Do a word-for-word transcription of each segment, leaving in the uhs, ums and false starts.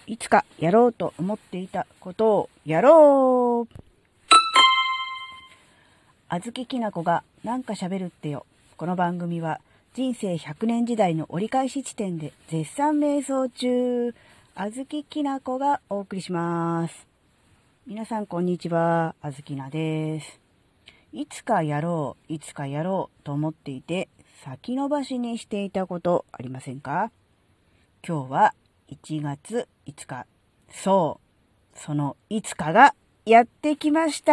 いつかやろうと思っていたことをやろう。あずききなこがなんか喋るってよ。この番組は人生ひゃくねん時代の折り返し地点で絶賛瞑想中、あずききなこがお送りします。皆さんこんにちは、あずきなです。いつかやろう、いつかやろうと思っていて先延ばしにしていたことありませんか？今日はいちがついつか、そう、そのいつかがやってきました。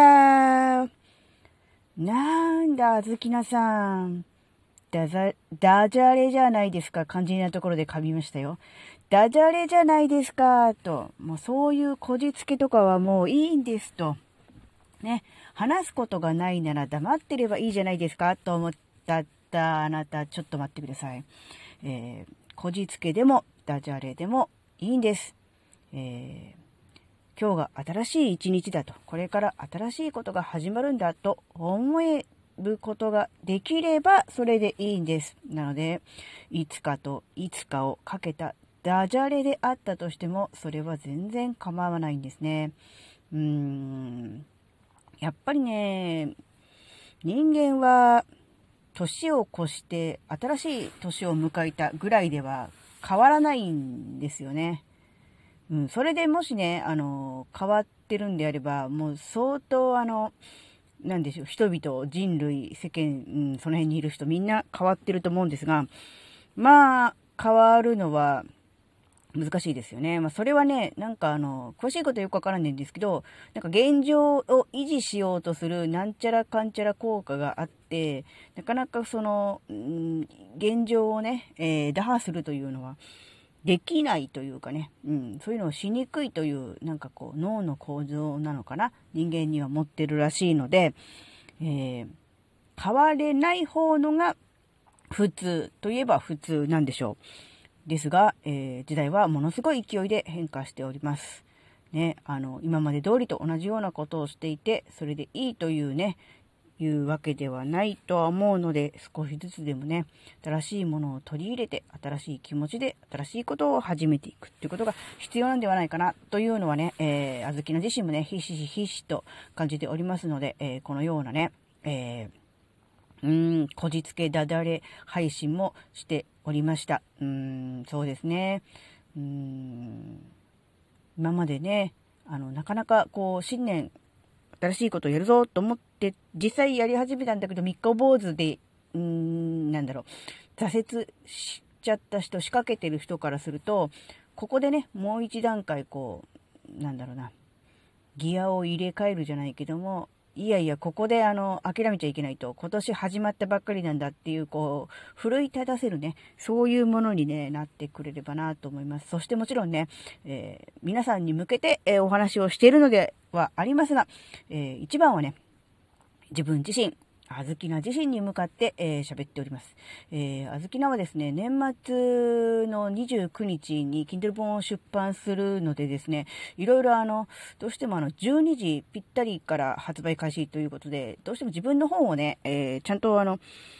なんだ、あずきなさん。ダザ、ダジャレじゃないですか。肝心なところで噛みましたよ。ダジャレじゃないですか。と。もうそういうこじつけとかはもういいんですと。ね。話すことがないなら黙ってればいいじゃないですか。と思ったあなた、ちょっと待ってください。えー、こじつけでもダジャレでもいいんです。えー今日が新しい一日だと、これから新しいことが始まるんだと思えることができればそれでいいんです。なので、いつかといつかをかけたダジャレであったとしても、それは全然構わないんですね。うーん。やっぱりね、人間は年を越して新しい年を迎えたぐらいでは変わらないんですよね。うん、それでもしね、あの、変わってるんであれば、もう相当、あの、なんでしょう、人々、人類、世間、うん、その辺にいる人、みんな変わってると思うんですが、まあ、変わるのは難しいですよね。まあ、それはね、なんかあの、詳しいことよくわからないんですけど、なんか現状を維持しようとするなんちゃらかんちゃら効果があって、なかなかその、うん、現状をね、えー、打破するというのは、できないというかね、うん、そういうのをしにくいという、なんかこう、脳の構造なのかな、人間には持ってるらしいので、えー、変われない方のが普通といえば普通なんでしょう。ですが、えー、時代はものすごい勢いで変化しております。ね、あの、今まで通りと同じようなことをしていて、それでいいというね、いうわけではないとは思うので、少しずつでもね、新しいものを取り入れて、新しい気持ちで新しいことを始めていくっていうことが必要なんではないかなというのはね、えー、あずきな自身もね、ひしひしと感じておりますので、えー、このようなね、えー、うーん、こじつけだだれ配信もしておりました。うーん、そうですね。うーん、今までね、あの、なかなかこう、新年、新しいことをやるぞと思って実際やり始めたんだけど三日坊主でうーんなんだろう挫折しちゃった人、仕掛けてる人からすると、ここでねもう一段階こうなんだろうなギアを入れ替えるじゃないけども、いやいやここであの諦めちゃいけないと、今年始まったばっかりなんだっていうこう奮い立たせるね、そういうものに、ね、なってくれればなと思います。そしてもちろんね、えー、皆さんに向けて、えー、お話をしているのではありますが、えー、一番はね自分自身、あずきな自身に向かって、えー、喋っております。えー、あずきなはですね、年末のにじゅうくにちに Kindle 本を出版するのでですね、いろいろあの、どうしてもあの、じゅうにじぴったりから発売開始ということで、どうしても自分の本をね、えー、ちゃんとあの、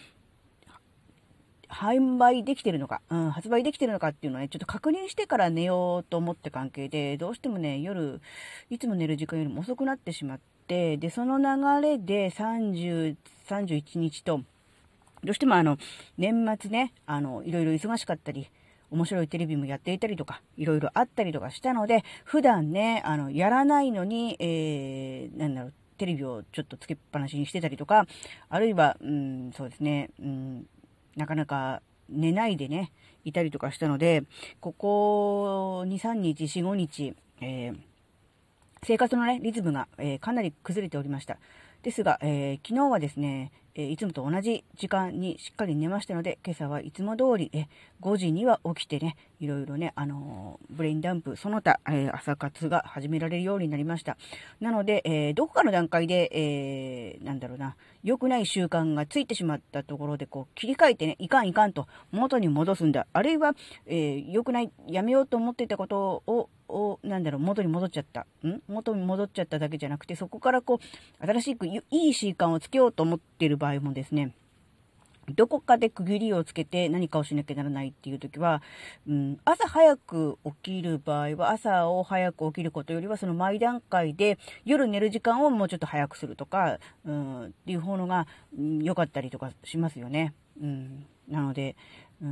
販売できてるのか、うん、発売できてるのかっていうのをね、ちょっと確認してから寝ようと思った関係で、どうしてもね、夜、いつも寝る時間よりも遅くなってしまって、で、その流れでさんじゅう、さんじゅういちにちと、どうしてもあの、年末ね、あの、いろいろ忙しかったり、面白いテレビもやっていたりとか、いろいろあったりとかしたので、普段ね、あの、やらないのに、えー、なんだろう、テレビをちょっとつけっぱなしにしてたりとか、あるいは、うん、そうですね、うん、なかなか寝ないでね、いたりとかしたので、ここに、さんにち、よん、ごにち、えー、生活のね、リズムが、えー、かなり崩れておりました。ですが、えー、昨日はですね、えー、いつもと同じ時間にしっかり寝ましたので、今朝はいつも通り、えごじには起きてね、いろいろね、あのー、ブレインダンプ、その他、えー、朝活が始められるようになりました。なので、えー、どこかの段階で、えー、なんだろうな、良くない習慣がついてしまったところで、こう、切り替えてね、いかんいかんと、元に戻すんだ。あるいは、えー、良くない、やめようと思っていたことを、を、なんだろう、元に戻っちゃった。ん元に戻っちゃっただけじゃなくて、そこからこう、新しくいい習慣をつけようと思っている場合もですね、 どこかで区切りをつけて何かをしなきゃならないっていう時は、うん、朝早く起きる場合は、朝を早く起きることよりは、その毎段階で夜寝る時間をもうちょっと早くするとか、うん、っていう方のが良、うん、かったりとかしますよね。うん、なので、うん、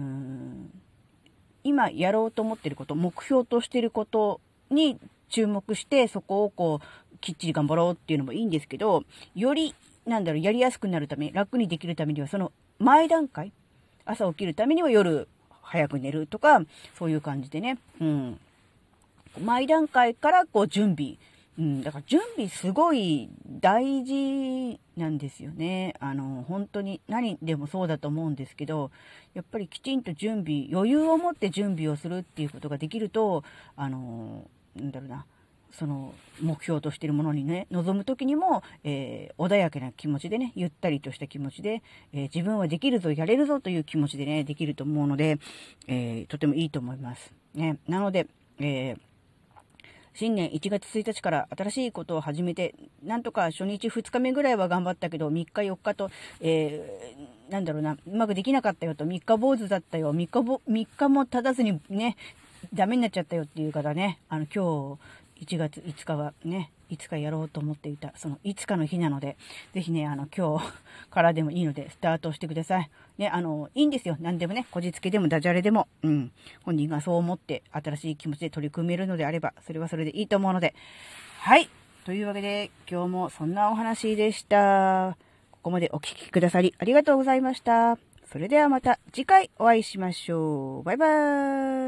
今やろうと思っていること、目標としていることに注目して、そこをこう、きっちり頑張ろうっていうのもいいんですけど、より、なんだろう、やりやすくなるため、楽にできるためには、その前段階、朝起きるためには夜早く寝るとか、そういう感じでね、うん。前段階からこう準備、うん、だから準備すごい大事なんですよね。あの、本当に何でもそうだと思うんですけど、やっぱりきちんと準備、余裕を持って準備をするっていうことができると、あの、なんだろうな、その目標としているものにね、臨むときにも、えー、穏やかな気持ちでね、ゆったりとした気持ちで、えー、自分はできるぞ、やれるぞという気持ちでね、できると思うので、えー、とてもいいと思います。ね。なので、えー新年いちがつついたちから新しいことを始めて、なんとか初日ふつかめぐらいは頑張ったけど、みっかよっかと、えー、なんだろうな、うまくできなかったよと、みっか坊主だったよ、みっかぼ、みっかも経たずにね、ダメになっちゃったよっていう方ね、あの、今日いちがついつかはね、いつかやろうと思っていた、そのいつかの日なので、ぜひね、あの、今日からでもいいので、スタートしてください。ね、あの、いいんですよ。何でもね、こじつけでもダジャレでも、うん。本人がそう思って、新しい気持ちで取り組めるのであれば、それはそれでいいと思うので。はい。というわけで、今日もそんなお話でした。ここまでお聞きくださり、ありがとうございました。それではまた次回お会いしましょう。バイバーイ。